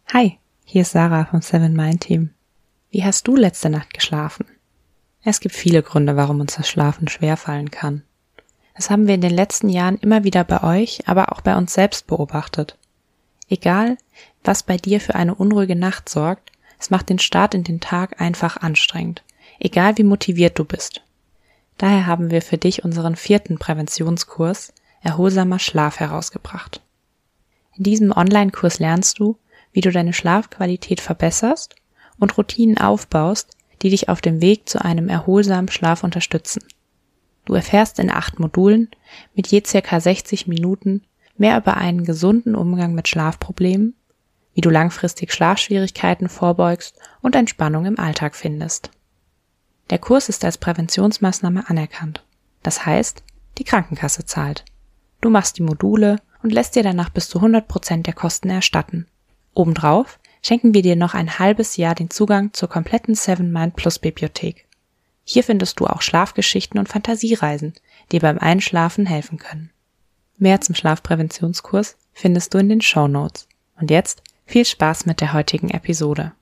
Hi, hier ist Sarah vom 7 Mind Team. Wie hast du letzte Nacht geschlafen? Es gibt viele Gründe, warum uns das Schlafen schwerfallen kann. Das haben wir in den letzten Jahren immer wieder bei euch, aber auch bei uns selbst beobachtet. Egal, was bei dir für eine unruhige Nacht sorgt, es macht den Start in den Tag einfach anstrengend, egal wie motiviert du bist. Daher haben wir für dich unseren 4. Präventionskurs Erholsamer Schlaf herausgebracht. In diesem Online-Kurs lernst du, wie du deine Schlafqualität verbesserst und Routinen aufbaust, die dich auf dem Weg zu einem erholsamen Schlaf unterstützen. Du erfährst in 8 Modulen mit je ca. 60 Minuten mehr über einen gesunden Umgang mit Schlafproblemen, wie du langfristig Schlafschwierigkeiten vorbeugst und Entspannung im Alltag findest. Der Kurs ist als Präventionsmaßnahme anerkannt. Das heißt, die Krankenkasse zahlt. Du machst die Module und lässt dir danach bis zu 100% der Kosten erstatten. Obendrauf schenken wir dir noch ein halbes Jahr den Zugang zur kompletten 7 Mind Plus Bibliothek. Hier findest du auch Schlafgeschichten und Fantasiereisen, die beim Einschlafen helfen können. Mehr zum Schlafpräventionskurs findest du in den Shownotes. Und jetzt viel Spaß mit der heutigen Episode.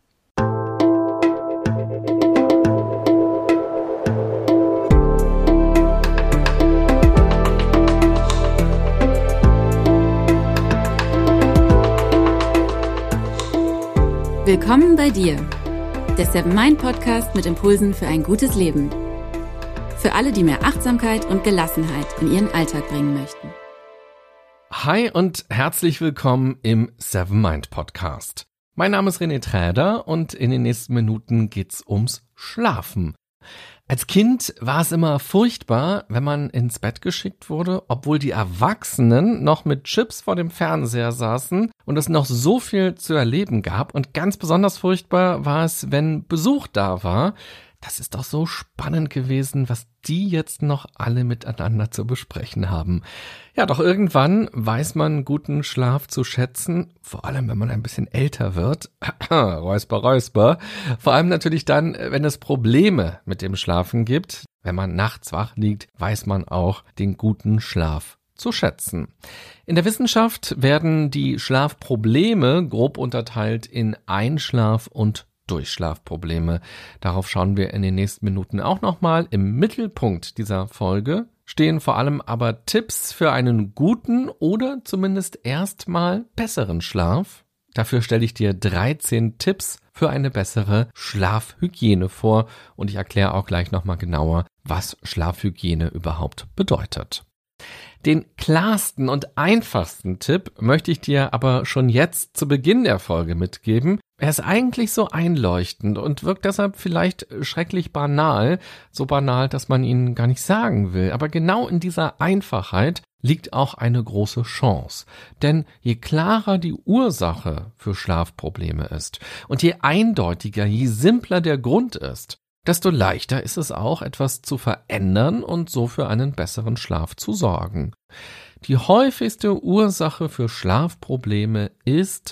Willkommen bei dir, der 7 Mind Podcast mit Impulsen für ein gutes Leben. Für alle, die mehr Achtsamkeit und Gelassenheit in ihren Alltag bringen möchten. Hi und herzlich willkommen im 7 Mind Podcast. Mein Name ist René Träder und in den nächsten Minuten geht's ums Schlafen. Als Kind war es immer furchtbar, wenn man ins Bett geschickt wurde, obwohl die Erwachsenen noch mit Chips vor dem Fernseher saßen und es noch so viel zu erleben gab. Und ganz besonders furchtbar war es, wenn Besuch da war. Das ist doch so spannend gewesen, was die jetzt noch alle miteinander zu besprechen haben. Ja, doch irgendwann weiß man guten Schlaf zu schätzen, vor allem wenn man ein bisschen älter wird. Räusper, räusper. Vor allem natürlich dann, wenn es Probleme mit dem Schlafen gibt. Wenn man nachts wach liegt, weiß man auch den guten Schlaf zu schätzen. In der Wissenschaft werden die Schlafprobleme grob unterteilt in Einschlaf- und Durchschlafprobleme. Darauf schauen wir in den nächsten Minuten auch nochmal. Im Mittelpunkt dieser Folge stehen vor allem aber Tipps für einen guten oder zumindest erstmal besseren Schlaf. Dafür stelle ich dir 13 Tipps für eine bessere Schlafhygiene vor und ich erkläre auch gleich nochmal genauer, was Schlafhygiene überhaupt bedeutet. Den klarsten und einfachsten Tipp möchte ich dir aber schon jetzt zu Beginn der Folge mitgeben. Er ist eigentlich so einleuchtend und wirkt deshalb vielleicht schrecklich banal, so banal, dass man ihn gar nicht sagen will. Aber genau in dieser Einfachheit liegt auch eine große Chance. Denn je klarer die Ursache für Schlafprobleme ist und je eindeutiger, je simpler der Grund ist, desto leichter ist es auch, etwas zu verändern und so für einen besseren Schlaf zu sorgen. Die häufigste Ursache für Schlafprobleme ist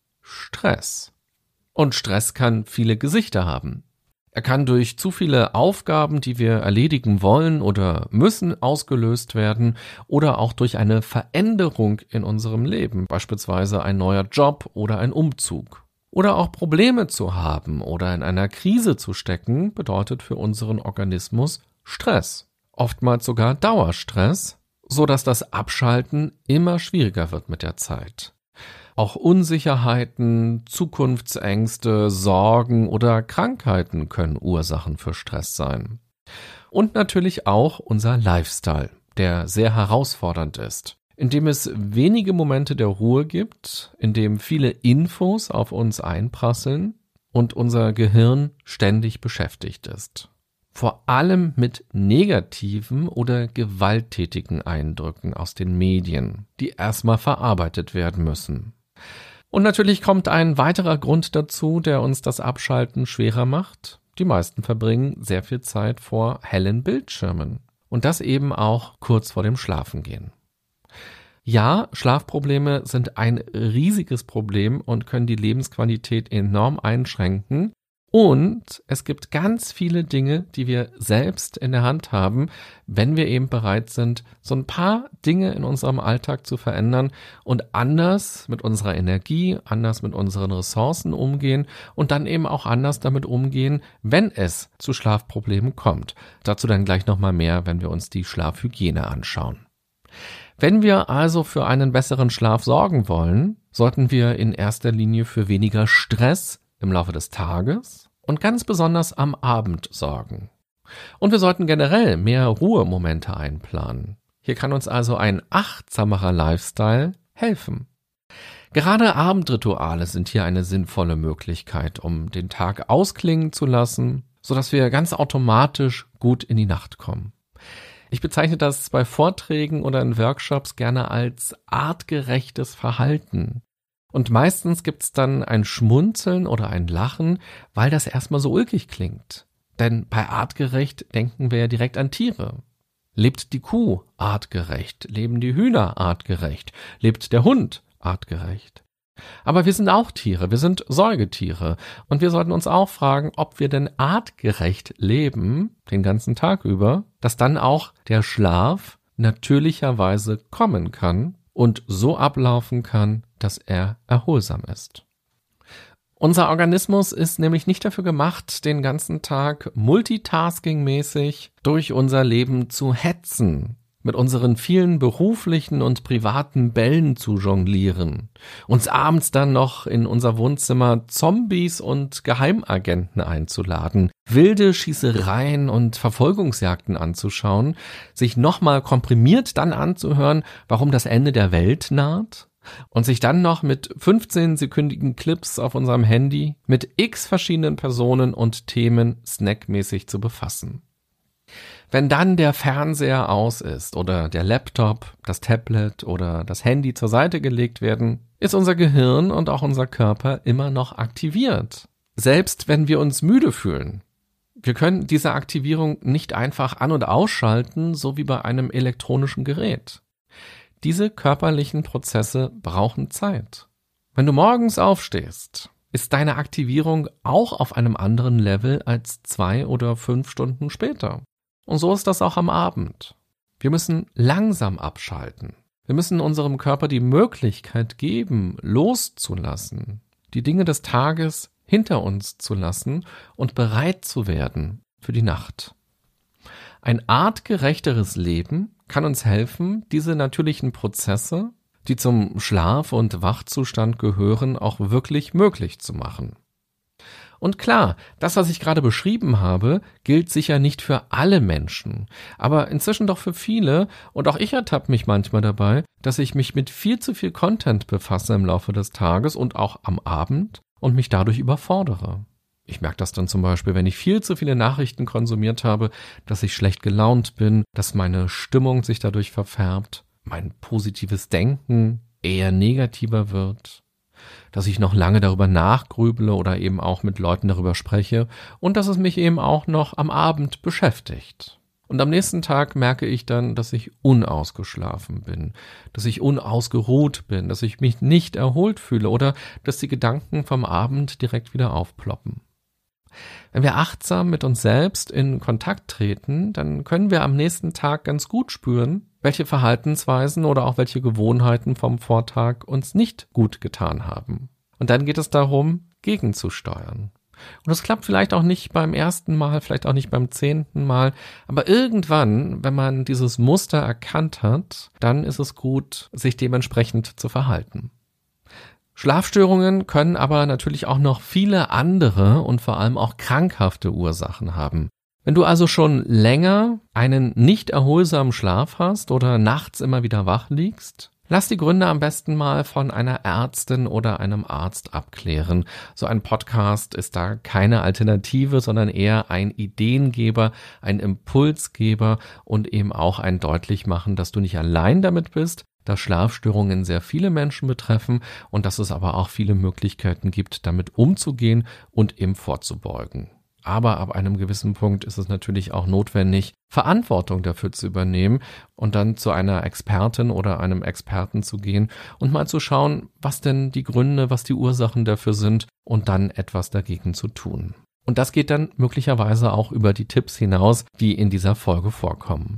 Stress. Und Stress kann viele Gesichter haben. Er kann durch zu viele Aufgaben, die wir erledigen wollen oder müssen, ausgelöst werden oder auch durch eine Veränderung in unserem Leben, beispielsweise ein neuer Job oder ein Umzug. Oder auch Probleme zu haben oder in einer Krise zu stecken, bedeutet für unseren Organismus Stress. Oftmals sogar Dauerstress, so dass das Abschalten immer schwieriger wird mit der Zeit. Auch Unsicherheiten, Zukunftsängste, Sorgen oder Krankheiten können Ursachen für Stress sein. Und natürlich auch unser Lifestyle, der sehr herausfordernd ist, in dem es wenige Momente der Ruhe gibt, in dem viele Infos auf uns einprasseln und unser Gehirn ständig beschäftigt ist. Vor allem mit negativen oder gewalttätigen Eindrücken aus den Medien, die erstmal verarbeitet werden müssen. Und natürlich kommt ein weiterer Grund dazu, der uns das Abschalten schwerer macht. Die meisten verbringen sehr viel Zeit vor hellen Bildschirmen. Und das eben auch kurz vor dem Schlafengehen. Ja, Schlafprobleme sind ein riesiges Problem und können die Lebensqualität enorm einschränken. Und es gibt ganz viele Dinge, die wir selbst in der Hand haben, wenn wir eben bereit sind, so ein paar Dinge in unserem Alltag zu verändern und anders mit unserer Energie, anders mit unseren Ressourcen umgehen und dann eben auch anders damit umgehen, wenn es zu Schlafproblemen kommt. Dazu dann gleich nochmal mehr, wenn wir uns die Schlafhygiene anschauen. Wenn wir also für einen besseren Schlaf sorgen wollen, sollten wir in erster Linie für weniger Stress im Laufe des Tages und ganz besonders am Abend sorgen. Und wir sollten generell mehr Ruhemomente einplanen. Hier kann uns also ein achtsamerer Lifestyle helfen. Gerade Abendrituale sind hier eine sinnvolle Möglichkeit, um den Tag ausklingen zu lassen, sodass wir ganz automatisch gut in die Nacht kommen. Ich bezeichne das bei Vorträgen oder in Workshops gerne als artgerechtes Verhalten. Und meistens gibt's dann ein Schmunzeln oder ein Lachen, weil das erstmal so ulkig klingt. Denn bei artgerecht denken wir ja direkt an Tiere. Lebt die Kuh artgerecht? Leben die Hühner artgerecht? Lebt der Hund artgerecht? Aber wir sind auch Tiere, wir sind Säugetiere. Und wir sollten uns auch fragen, ob wir denn artgerecht leben, den ganzen Tag über, dass dann auch der Schlaf natürlicherweise kommen kann und so ablaufen kann, dass er erholsam ist. Unser Organismus ist nämlich nicht dafür gemacht, den ganzen Tag multitasking-mäßig durch unser Leben zu hetzen, mit unseren vielen beruflichen und privaten Bällen zu jonglieren, uns abends dann noch in unser Wohnzimmer Zombies und Geheimagenten einzuladen, wilde Schießereien und Verfolgungsjagden anzuschauen, sich nochmal komprimiert dann anzuhören, warum das Ende der Welt naht und sich dann noch mit 15-sekündigen Clips auf unserem Handy mit x verschiedenen Personen und Themen snackmäßig zu befassen. Wenn dann der Fernseher aus ist oder der Laptop, das Tablet oder das Handy zur Seite gelegt werden, ist unser Gehirn und auch unser Körper immer noch aktiviert. Selbst wenn wir uns müde fühlen. Wir können diese Aktivierung nicht einfach an- und ausschalten, so wie bei einem elektronischen Gerät. Diese körperlichen Prozesse brauchen Zeit. Wenn du morgens aufstehst, ist deine Aktivierung auch auf einem anderen Level als 2 oder 5 Stunden später. Und so ist das auch am Abend. Wir müssen langsam abschalten. Wir müssen unserem Körper die Möglichkeit geben, loszulassen, die Dinge des Tages hinter uns zu lassen und bereit zu werden für die Nacht. Ein artgerechteres Leben kann uns helfen, diese natürlichen Prozesse, die zum Schlaf- und Wachzustand gehören, auch wirklich möglich zu machen. Und klar, das, was ich gerade beschrieben habe, gilt sicher nicht für alle Menschen, aber inzwischen doch für viele, und auch ich ertappe mich manchmal dabei, dass ich mich mit viel zu viel Content befasse im Laufe des Tages und auch am Abend und mich dadurch überfordere. Ich merke das dann zum Beispiel, wenn ich viel zu viele Nachrichten konsumiert habe, dass ich schlecht gelaunt bin, dass meine Stimmung sich dadurch verfärbt, mein positives Denken eher negativer wird, dass ich noch lange darüber nachgrüble oder eben auch mit Leuten darüber spreche und dass es mich eben auch noch am Abend beschäftigt. Und am nächsten Tag merke ich dann, dass ich unausgeschlafen bin, dass ich unausgeruht bin, dass ich mich nicht erholt fühle oder dass die Gedanken vom Abend direkt wieder aufploppen. Wenn wir achtsam mit uns selbst in Kontakt treten, dann können wir am nächsten Tag ganz gut spüren, welche Verhaltensweisen oder auch welche Gewohnheiten vom Vortag uns nicht gut getan haben. Und dann geht es darum, gegenzusteuern. Und das klappt vielleicht auch nicht beim ersten Mal, vielleicht auch nicht beim 10. Mal, aber irgendwann, wenn man dieses Muster erkannt hat, dann ist es gut, sich dementsprechend zu verhalten. Schlafstörungen können aber natürlich auch noch viele andere und vor allem auch krankhafte Ursachen haben. Wenn du also schon länger einen nicht erholsamen Schlaf hast oder nachts immer wieder wach liegst, lass die Gründe am besten mal von einer Ärztin oder einem Arzt abklären. So ein Podcast ist da keine Alternative, sondern eher ein Ideengeber, ein Impulsgeber und eben auch ein Deutlichmachen, dass du nicht allein damit bist, dass Schlafstörungen sehr viele Menschen betreffen und dass es aber auch viele Möglichkeiten gibt, damit umzugehen und eben vorzubeugen. Aber ab einem gewissen Punkt ist es natürlich auch notwendig, Verantwortung dafür zu übernehmen und dann zu einer Expertin oder einem Experten zu gehen und mal zu schauen, was denn die Gründe, was die Ursachen dafür sind und dann etwas dagegen zu tun. Und das geht dann möglicherweise auch über die Tipps hinaus, die in dieser Folge vorkommen.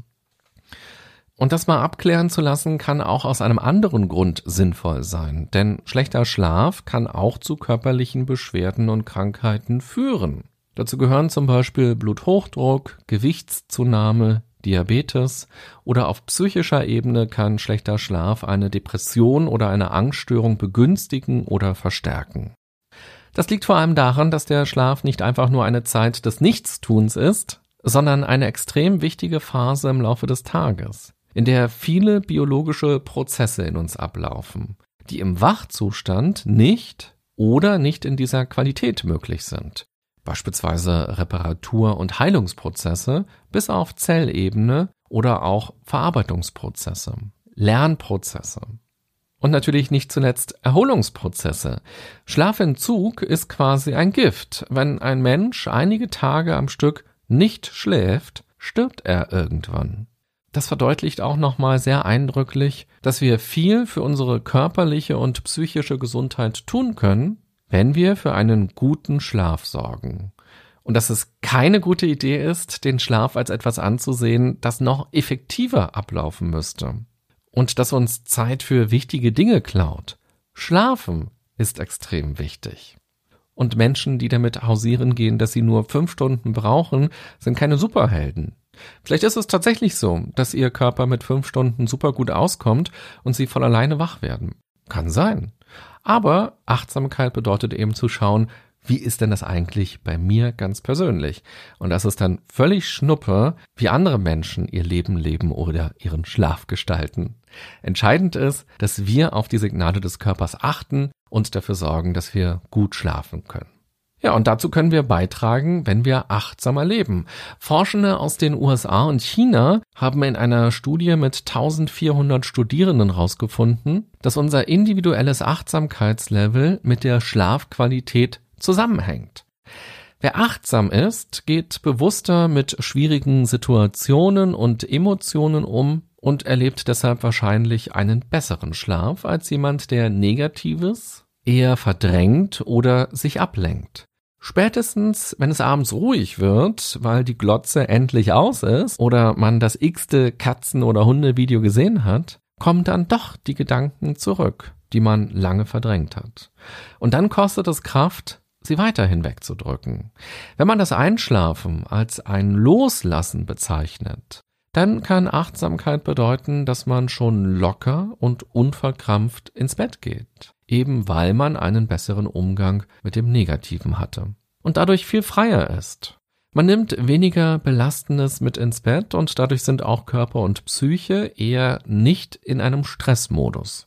Und das mal abklären zu lassen, kann auch aus einem anderen Grund sinnvoll sein. Denn schlechter Schlaf kann auch zu körperlichen Beschwerden und Krankheiten führen. Dazu gehören zum Beispiel Bluthochdruck, Gewichtszunahme, Diabetes oder auf psychischer Ebene kann schlechter Schlaf eine Depression oder eine Angststörung begünstigen oder verstärken. Das liegt vor allem daran, dass der Schlaf nicht einfach nur eine Zeit des Nichtstuns ist, sondern eine extrem wichtige Phase im Laufe des Tages, in der viele biologische Prozesse in uns ablaufen, die im Wachzustand nicht oder nicht in dieser Qualität möglich sind. Beispielsweise Reparatur- und Heilungsprozesse bis auf Zellebene oder auch Verarbeitungsprozesse, Lernprozesse. Und natürlich nicht zuletzt Erholungsprozesse. Schlafentzug ist quasi ein Gift. Wenn ein Mensch einige Tage am Stück nicht schläft, stirbt er irgendwann. Das verdeutlicht auch nochmal sehr eindrücklich, dass wir viel für unsere körperliche und psychische Gesundheit tun können, wenn wir für einen guten Schlaf sorgen. Und dass es keine gute Idee ist, den Schlaf als etwas anzusehen, das noch effektiver ablaufen müsste. Und das uns Zeit für wichtige Dinge klaut. Schlafen ist extrem wichtig. Und Menschen, die damit hausieren gehen, dass sie nur 5 Stunden brauchen, sind keine Superhelden. Vielleicht ist es tatsächlich so, dass ihr Körper mit 5 Stunden super gut auskommt und sie von alleine wach werden. Kann sein. Aber Achtsamkeit bedeutet eben zu schauen, wie ist denn das eigentlich bei mir ganz persönlich? Und das ist dann völlig Schnuppe, wie andere Menschen ihr Leben leben oder ihren Schlaf gestalten. Entscheidend ist, dass wir auf die Signale des Körpers achten und dafür sorgen, dass wir gut schlafen können. Ja, und dazu können wir beitragen, wenn wir achtsamer leben. Forschende aus den USA und China haben in einer Studie mit 1400 Studierenden herausgefunden, dass unser individuelles Achtsamkeitslevel mit der Schlafqualität zusammenhängt. Wer achtsam ist, geht bewusster mit schwierigen Situationen und Emotionen um und erlebt deshalb wahrscheinlich einen besseren Schlaf als jemand, der Negatives eher verdrängt oder sich ablenkt. Spätestens, wenn es abends ruhig wird, weil die Glotze endlich aus ist oder man das x-te Katzen- oder Hundevideo gesehen hat, kommen dann doch die Gedanken zurück, die man lange verdrängt hat. Und dann kostet es Kraft, sie weiterhin wegzudrücken. Wenn man das Einschlafen als ein Loslassen bezeichnet, dann kann Achtsamkeit bedeuten, dass man schon locker und unverkrampft ins Bett geht, eben weil man einen besseren Umgang mit dem Negativen hatte und dadurch viel freier ist. Man nimmt weniger Belastendes mit ins Bett und dadurch sind auch Körper und Psyche eher nicht in einem Stressmodus.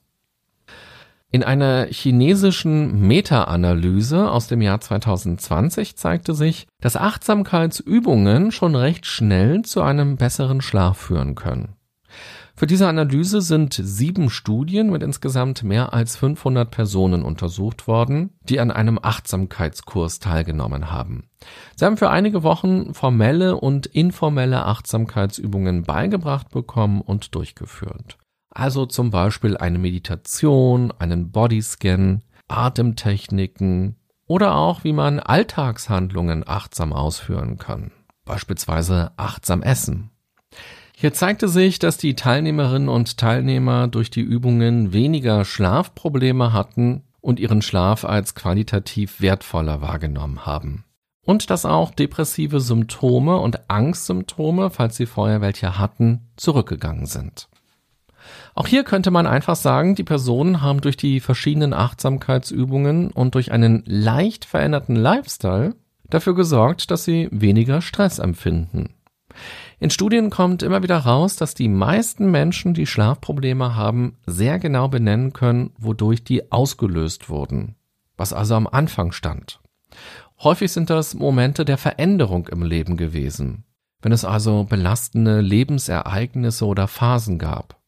In einer chinesischen Meta-Analyse aus dem Jahr 2020 zeigte sich, dass Achtsamkeitsübungen schon recht schnell zu einem besseren Schlaf führen können. Für diese Analyse sind 7 Studien mit insgesamt mehr als 500 Personen untersucht worden, die an einem Achtsamkeitskurs teilgenommen haben. Sie haben für einige Wochen formelle und informelle Achtsamkeitsübungen beigebracht bekommen und durchgeführt. Also zum Beispiel eine Meditation, einen Bodyscan, Atemtechniken oder auch, wie man Alltagshandlungen achtsam ausführen kann. Beispielsweise achtsam essen. Hier zeigte sich, dass die Teilnehmerinnen und Teilnehmer durch die Übungen weniger Schlafprobleme hatten und ihren Schlaf als qualitativ wertvoller wahrgenommen haben. Und dass auch depressive Symptome und Angstsymptome, falls sie vorher welche hatten, zurückgegangen sind. Auch hier könnte man einfach sagen, die Personen haben durch die verschiedenen Achtsamkeitsübungen und durch einen leicht veränderten Lifestyle dafür gesorgt, dass sie weniger Stress empfinden. In Studien kommt immer wieder raus, dass die meisten Menschen, die Schlafprobleme haben, sehr genau benennen können, wodurch die ausgelöst wurden, was also am Anfang stand. Häufig sind das Momente der Veränderung im Leben gewesen, wenn es also belastende Lebensereignisse oder Phasen gab.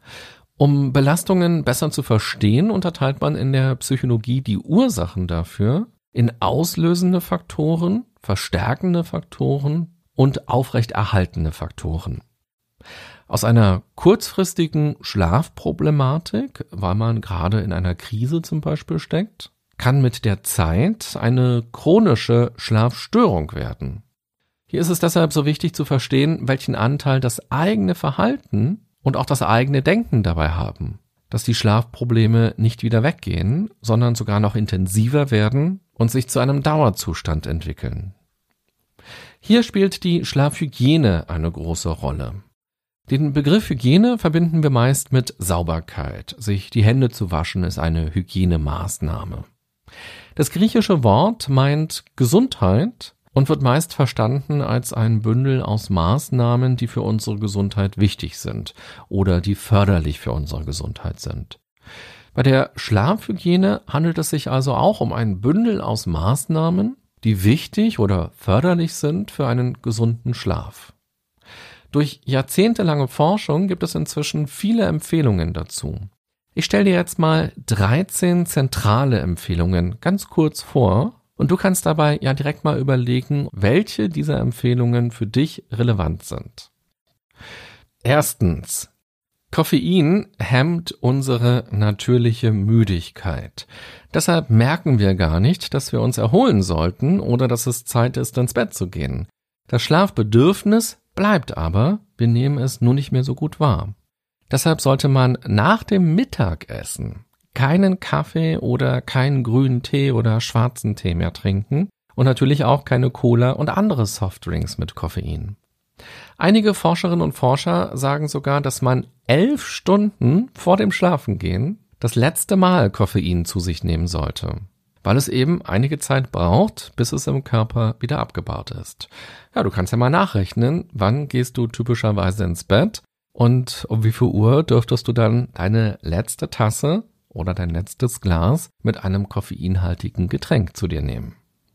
Um Belastungen besser zu verstehen, unterteilt man in der Psychologie die Ursachen dafür in auslösende Faktoren, verstärkende Faktoren und aufrechterhaltende Faktoren. Aus einer kurzfristigen Schlafproblematik, weil man gerade in einer Krise zum Beispiel steckt, kann mit der Zeit eine chronische Schlafstörung werden. Hier ist es deshalb so wichtig zu verstehen, welchen Anteil das eigene Verhalten und auch das eigene Denken dabei haben, dass die Schlafprobleme nicht wieder weggehen, sondern sogar noch intensiver werden und sich zu einem Dauerzustand entwickeln. Hier spielt die Schlafhygiene eine große Rolle. Den Begriff Hygiene verbinden wir meist mit Sauberkeit. Sich die Hände zu waschen ist eine Hygienemaßnahme. Das griechische Wort meint Gesundheit und wird meist verstanden als ein Bündel aus Maßnahmen, die für unsere Gesundheit wichtig sind oder die förderlich für unsere Gesundheit sind. Bei der Schlafhygiene handelt es sich also auch um ein Bündel aus Maßnahmen, die wichtig oder förderlich sind für einen gesunden Schlaf. Durch jahrzehntelange Forschung gibt es inzwischen viele Empfehlungen dazu. Ich stelle dir jetzt mal 13 zentrale Empfehlungen ganz kurz vor und du kannst dabei ja direkt mal überlegen, welche dieser Empfehlungen für dich relevant sind. Erstens: Koffein hemmt unsere natürliche Müdigkeit. Deshalb merken wir gar nicht, dass wir uns erholen sollten oder dass es Zeit ist, ins Bett zu gehen. Das Schlafbedürfnis bleibt aber, wir nehmen es nur nicht mehr so gut wahr. Deshalb sollte man nach dem Mittagessen keinen Kaffee oder keinen grünen Tee oder schwarzen Tee mehr trinken und natürlich auch keine Cola und andere Softdrinks mit Koffein. Einige Forscherinnen und Forscher sagen sogar, dass man 11 Stunden vor dem Schlafengehen das letzte Mal Koffein zu sich nehmen sollte, weil es eben einige Zeit braucht, bis es im Körper wieder abgebaut ist. Ja, du kannst ja mal nachrechnen, wann gehst du typischerweise ins Bett und um wie viel Uhr dürftest du dann deine letzte Tasse oder dein letztes Glas mit einem koffeinhaltigen Getränk zu dir nehmen.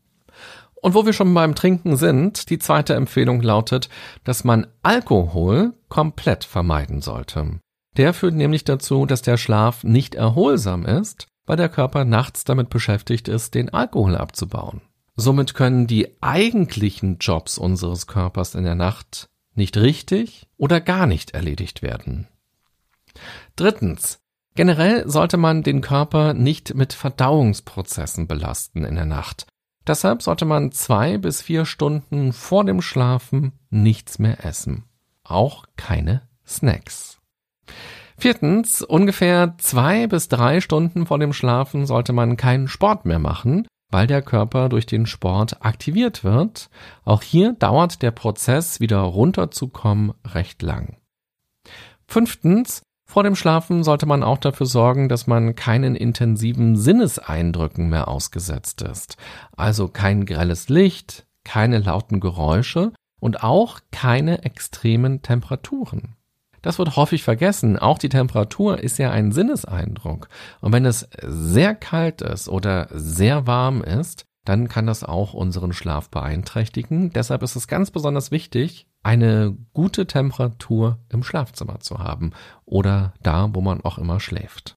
Und wo wir schon beim Trinken sind, die zweite Empfehlung lautet, dass man Alkohol komplett vermeiden sollte. Der führt nämlich dazu, dass der Schlaf nicht erholsam ist, weil der Körper nachts damit beschäftigt ist, den Alkohol abzubauen. Somit können die eigentlichen Jobs unseres Körpers in der Nacht nicht richtig oder gar nicht erledigt werden. Drittens: Generell sollte man den Körper nicht mit Verdauungsprozessen belasten in der Nacht. Deshalb sollte man 2 bis 4 Stunden vor dem Schlafen nichts mehr essen. Auch keine Snacks. Viertens: Ungefähr 2 bis 3 Stunden vor dem Schlafen sollte man keinen Sport mehr machen, weil der Körper durch den Sport aktiviert wird. Auch hier dauert der Prozess, wieder runterzukommen, recht lang. Fünftens: Vor dem Schlafen sollte man auch dafür sorgen, dass man keinen intensiven Sinneseindrücken mehr ausgesetzt ist. Also kein grelles Licht, keine lauten Geräusche und auch keine extremen Temperaturen. Das wird häufig vergessen. Auch die Temperatur ist ja ein Sinneseindruck. Und wenn es sehr kalt ist oder sehr warm ist, dann kann das auch unseren Schlaf beeinträchtigen. Deshalb ist es ganz besonders wichtig, eine gute Temperatur im Schlafzimmer zu haben oder da, wo man auch immer schläft.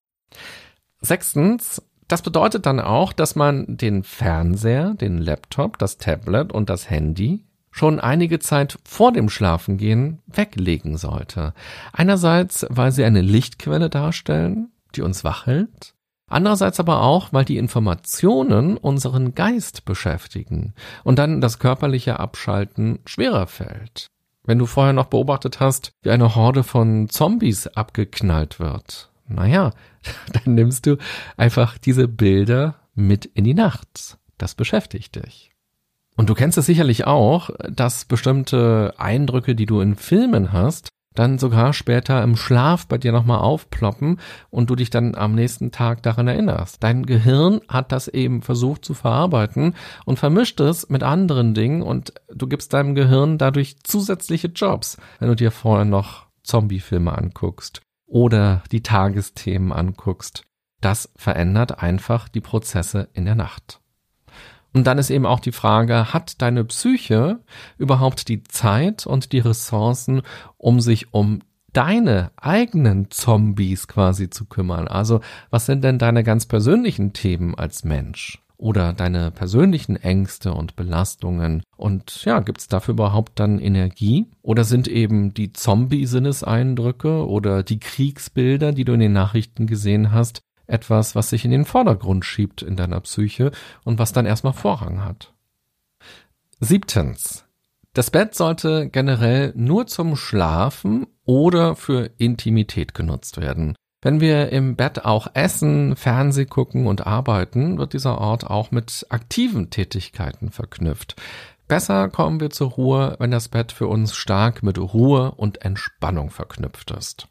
Sechstens: Das bedeutet dann auch, dass man den Fernseher, den Laptop, das Tablet und das Handy schon einige Zeit vor dem Schlafengehen weglegen sollte. Einerseits, weil sie eine Lichtquelle darstellen, die uns wach hält. Andererseits aber auch, weil die Informationen unseren Geist beschäftigen und dann das körperliche Abschalten schwerer fällt. Wenn du vorher noch beobachtet hast, wie eine Horde von Zombies abgeknallt wird, naja, dann nimmst du einfach diese Bilder mit in die Nacht. Das beschäftigt dich. Und du kennst es sicherlich auch, dass bestimmte Eindrücke, die du in Filmen hast, dann sogar später im Schlaf bei dir nochmal aufploppen und du dich dann am nächsten Tag daran erinnerst. Dein Gehirn hat das eben versucht zu verarbeiten und vermischt es mit anderen Dingen und du gibst deinem Gehirn dadurch zusätzliche Jobs, wenn du dir vorher noch Zombie-Filme anguckst oder die Tagesthemen anguckst. Das verändert einfach die Prozesse in der Nacht. Und dann ist eben auch die Frage, hat deine Psyche überhaupt die Zeit und die Ressourcen, um sich um deine eigenen Zombies quasi zu kümmern? Also was sind denn deine ganz persönlichen Themen als Mensch? Oder deine persönlichen Ängste und Belastungen? Und ja, gibt es dafür überhaupt dann Energie? Oder sind eben die Zombie-Sinneseindrücke oder die Kriegsbilder, die du in den Nachrichten gesehen hast, etwas, was sich in den Vordergrund schiebt in deiner Psyche und was dann erstmal Vorrang hat. 7. Das Bett sollte generell nur zum Schlafen oder für Intimität genutzt werden. Wenn wir im Bett auch essen, Fernseh gucken und arbeiten, wird dieser Ort auch mit aktiven Tätigkeiten verknüpft. Besser kommen wir zur Ruhe, wenn das Bett für uns stark mit Ruhe und Entspannung verknüpft ist.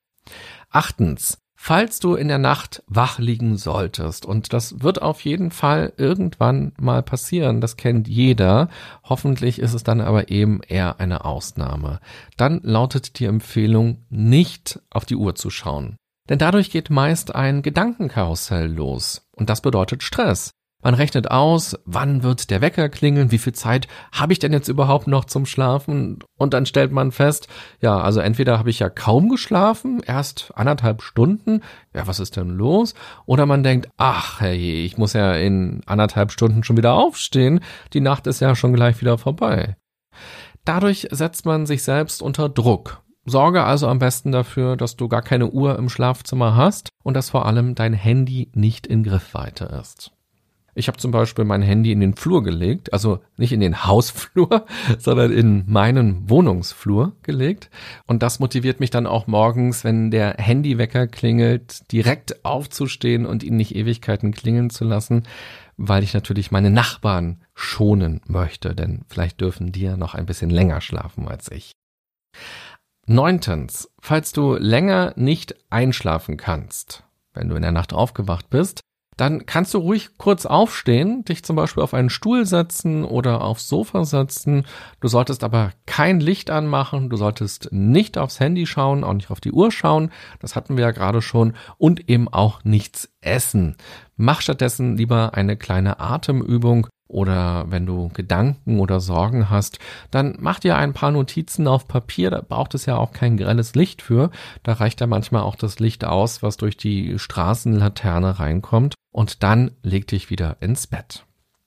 8. Falls du in der Nacht wach liegen solltest, und das wird auf jeden Fall irgendwann mal passieren, das kennt jeder, hoffentlich ist es dann aber eben eher eine Ausnahme, dann lautet die Empfehlung, nicht auf die Uhr zu schauen. Denn dadurch geht meist ein Gedankenkarussell los und das bedeutet Stress. Man rechnet aus, wann wird der Wecker klingeln, wie viel Zeit habe ich denn jetzt überhaupt noch zum Schlafen? Und dann stellt man fest, ja, also entweder habe ich ja kaum geschlafen, erst 1,5 Stunden, ja, was ist denn los? Oder man denkt, ach hey, ich muss ja in 1,5 Stunden schon wieder aufstehen, die Nacht ist ja schon gleich wieder vorbei. Dadurch setzt man sich selbst unter Druck. Sorge also am besten dafür, dass du gar keine Uhr im Schlafzimmer hast und dass vor allem dein Handy nicht in Griffweite ist. Ich habe zum Beispiel mein Handy in den Flur gelegt, also nicht in den Hausflur, sondern in meinen Wohnungsflur gelegt. Und das motiviert mich dann auch morgens, wenn der Handywecker klingelt, direkt aufzustehen und ihn nicht Ewigkeiten klingeln zu lassen, weil ich natürlich meine Nachbarn schonen möchte, denn vielleicht dürfen die ja noch ein bisschen länger schlafen als ich. 9. Falls du länger nicht einschlafen kannst, wenn du in der Nacht aufgewacht bist, dann kannst du ruhig kurz aufstehen, dich zum Beispiel auf einen Stuhl setzen oder aufs Sofa setzen. Du solltest aber kein Licht anmachen, du solltest nicht aufs Handy schauen, auch nicht auf die Uhr schauen, das hatten wir ja gerade schon, und eben auch nichts essen. Mach stattdessen lieber eine kleine Atemübung oder wenn du Gedanken oder Sorgen hast, dann mach dir ein paar Notizen auf Papier, da braucht es ja auch kein grelles Licht für, da reicht ja manchmal auch das Licht aus, was durch die Straßenlaterne reinkommt. Und dann leg dich wieder ins Bett.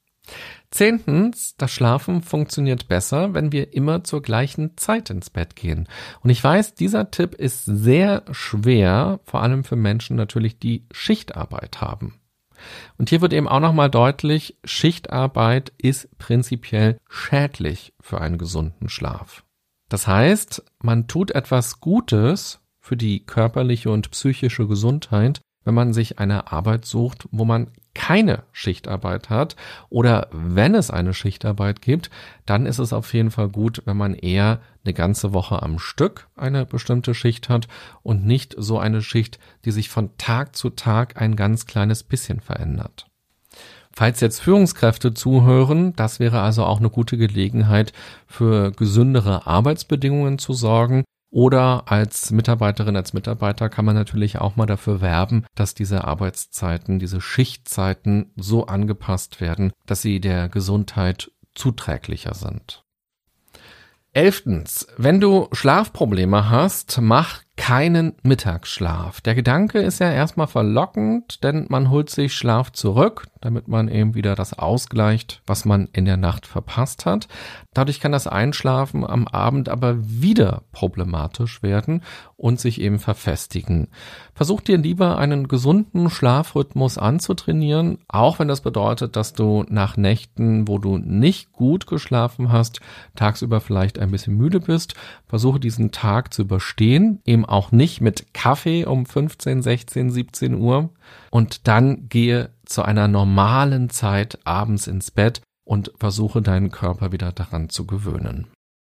10. Das Schlafen funktioniert besser, wenn wir immer zur gleichen Zeit ins Bett gehen. Und ich weiß, dieser Tipp ist sehr schwer, vor allem für Menschen natürlich, die Schichtarbeit haben. Und hier wird eben auch nochmal deutlich, Schichtarbeit ist prinzipiell schädlich für einen gesunden Schlaf. Das heißt, man tut etwas Gutes für die körperliche und psychische Gesundheit, wenn man sich eine Arbeit sucht, wo man keine Schichtarbeit hat, oder wenn es eine Schichtarbeit gibt, dann ist es auf jeden Fall gut, wenn man eher eine ganze Woche am Stück eine bestimmte Schicht hat und nicht so eine Schicht, die sich von Tag zu Tag ein ganz kleines bisschen verändert. Falls jetzt Führungskräfte zuhören, das wäre also auch eine gute Gelegenheit, für gesündere Arbeitsbedingungen zu sorgen. Oder als Mitarbeiterin, als Mitarbeiter kann man natürlich auch mal dafür werben, dass diese Arbeitszeiten, diese Schichtzeiten so angepasst werden, dass sie der Gesundheit zuträglicher sind. 11. Wenn du Schlafprobleme hast, mach keinen Mittagsschlaf. Der Gedanke ist ja erstmal verlockend, denn man holt sich Schlaf zurück, damit man eben wieder das ausgleicht, was man in der Nacht verpasst hat. Dadurch kann das Einschlafen am Abend aber wieder problematisch werden und sich eben verfestigen. Versuch dir lieber einen gesunden Schlafrhythmus anzutrainieren, auch wenn das bedeutet, dass du nach Nächten, wo du nicht gut geschlafen hast, tagsüber vielleicht ein bisschen müde bist. Versuche diesen Tag zu überstehen, eben auch nicht mit Kaffee um 15, 16, 17 Uhr, und dann gehe zu einer normalen Zeit abends ins Bett und versuche deinen Körper wieder daran zu gewöhnen.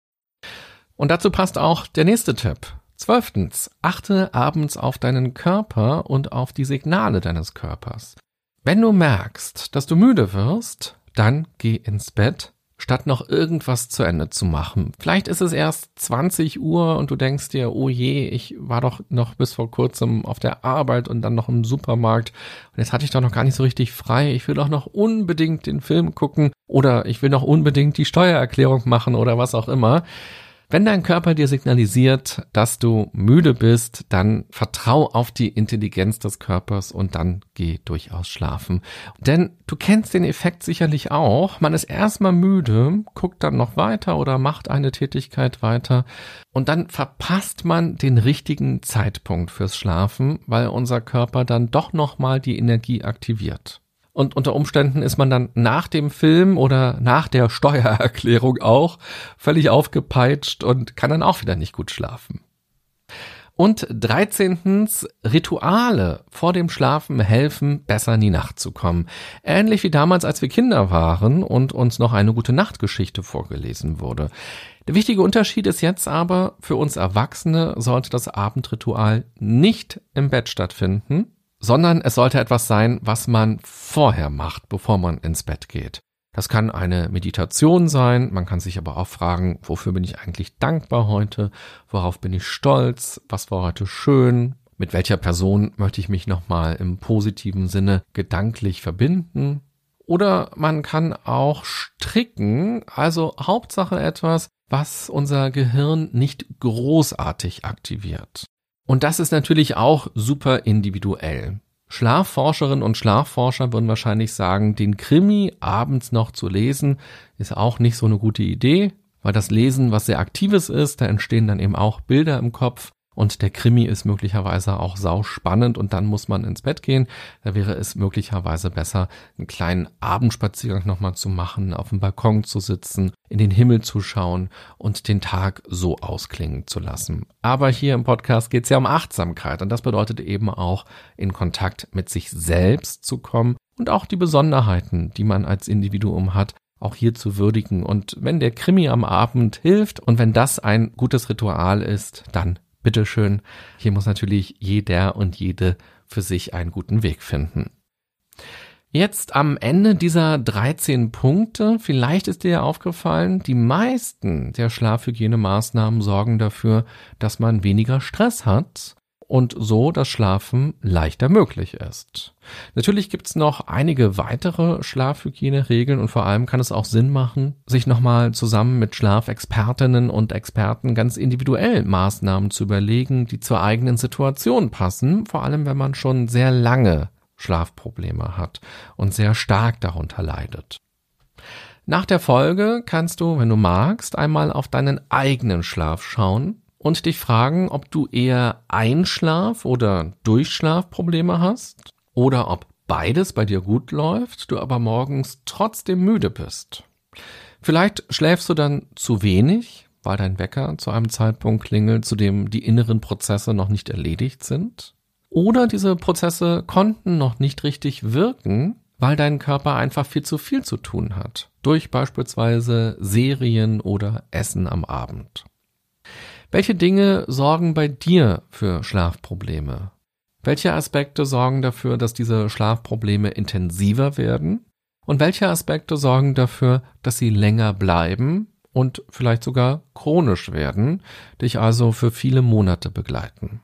Und dazu passt auch der nächste Tipp. 12. Achte abends auf deinen Körper und auf die Signale deines Körpers. Wenn du merkst, dass du müde wirst, dann geh ins Bett, statt noch irgendwas zu Ende zu machen. Vielleicht ist es erst 20 Uhr und du denkst dir, oh je, ich war doch noch bis vor kurzem auf der Arbeit und dann noch im Supermarkt und jetzt hatte ich doch noch gar nicht so richtig frei. Ich will doch noch unbedingt den Film gucken oder ich will noch unbedingt die Steuererklärung machen oder was auch immer. Wenn dein Körper dir signalisiert, dass du müde bist, dann vertrau auf die Intelligenz des Körpers und dann geh durchaus schlafen. Denn du kennst den Effekt sicherlich auch. Man ist erstmal müde, guckt dann noch weiter oder macht eine Tätigkeit weiter und dann verpasst man den richtigen Zeitpunkt fürs Schlafen, weil unser Körper dann doch nochmal die Energie aktiviert. Und unter Umständen ist man dann nach dem Film oder nach der Steuererklärung auch völlig aufgepeitscht und kann dann auch wieder nicht gut schlafen. Und 13. Rituale vor dem Schlafen helfen, besser in die Nacht zu kommen. Ähnlich wie damals, als wir Kinder waren und uns noch eine gute Nachtgeschichte vorgelesen wurde. Der wichtige Unterschied ist jetzt aber, für uns Erwachsene sollte das Abendritual nicht im Bett stattfinden, sondern es sollte etwas sein, was man vorher macht, bevor man ins Bett geht. Das kann eine Meditation sein, man kann sich aber auch fragen, wofür bin ich eigentlich dankbar heute, worauf bin ich stolz, was war heute schön, mit welcher Person möchte ich mich nochmal im positiven Sinne gedanklich verbinden. Oder man kann auch stricken, also Hauptsache etwas, was unser Gehirn nicht großartig aktiviert. Und das ist natürlich auch super individuell. Schlafforscherinnen und Schlafforscher würden wahrscheinlich sagen, den Krimi abends noch zu lesen, ist auch nicht so eine gute Idee, weil das Lesen was sehr Aktives ist, da entstehen dann eben auch Bilder im Kopf und der Krimi ist möglicherweise auch sauspannend und dann muss man ins Bett gehen. Da wäre es möglicherweise besser, einen kleinen Abendspaziergang nochmal zu machen, auf dem Balkon zu sitzen, in den Himmel zu schauen und den Tag so ausklingen zu lassen. Aber hier im Podcast geht es ja um Achtsamkeit und das bedeutet eben auch, in Kontakt mit sich selbst zu kommen und auch die Besonderheiten, die man als Individuum hat, auch hier zu würdigen. Und wenn der Krimi am Abend hilft und wenn das ein gutes Ritual ist, dann bitteschön. Hier muss natürlich jeder und jede für sich einen guten Weg finden. Jetzt am Ende dieser 13 Punkte, vielleicht ist dir ja aufgefallen, die meisten der Schlafhygienemaßnahmen sorgen dafür, dass man weniger Stress hat und so das Schlafen leichter möglich ist. Natürlich gibt's noch einige weitere Schlafhygieneregeln und vor allem kann es auch Sinn machen, sich nochmal zusammen mit Schlafexpertinnen und Experten ganz individuell Maßnahmen zu überlegen, die zur eigenen Situation passen, vor allem wenn man schon sehr lange Schlafprobleme hat und sehr stark darunter leidet. Nach der Folge kannst du, wenn du magst, einmal auf deinen eigenen Schlaf schauen und dich fragen, ob du eher Einschlaf- oder Durchschlafprobleme hast oder ob beides bei dir gut läuft, du aber morgens trotzdem müde bist. Vielleicht schläfst du dann zu wenig, weil dein Wecker zu einem Zeitpunkt klingelt, zu dem die inneren Prozesse noch nicht erledigt sind. Oder diese Prozesse konnten noch nicht richtig wirken, weil dein Körper einfach viel zu tun hat, durch beispielsweise Serien oder Essen am Abend. Welche Dinge sorgen bei dir für Schlafprobleme? Welche Aspekte sorgen dafür, dass diese Schlafprobleme intensiver werden? Und welche Aspekte sorgen dafür, dass sie länger bleiben und vielleicht sogar chronisch werden, dich also für viele Monate begleiten?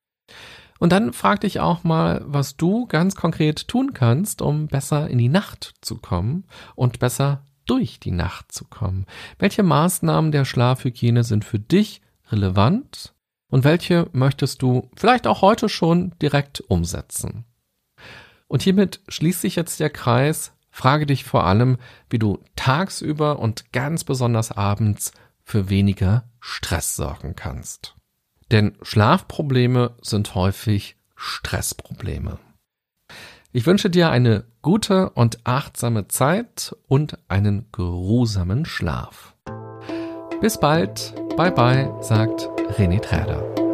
Und dann frag dich auch mal, was du ganz konkret tun kannst, um besser in die Nacht zu kommen und besser durch die Nacht zu kommen. Welche Maßnahmen der Schlafhygiene sind für dich relevant und welche möchtest du vielleicht auch heute schon direkt umsetzen? Und hiermit schließt sich jetzt der Kreis. Frage dich vor allem, wie du tagsüber und ganz besonders abends für weniger Stress sorgen kannst. Denn Schlafprobleme sind häufig Stressprobleme. Ich wünsche dir eine gute und achtsame Zeit und einen geruhsamen Schlaf. Bis bald, bye bye, sagt René Träder.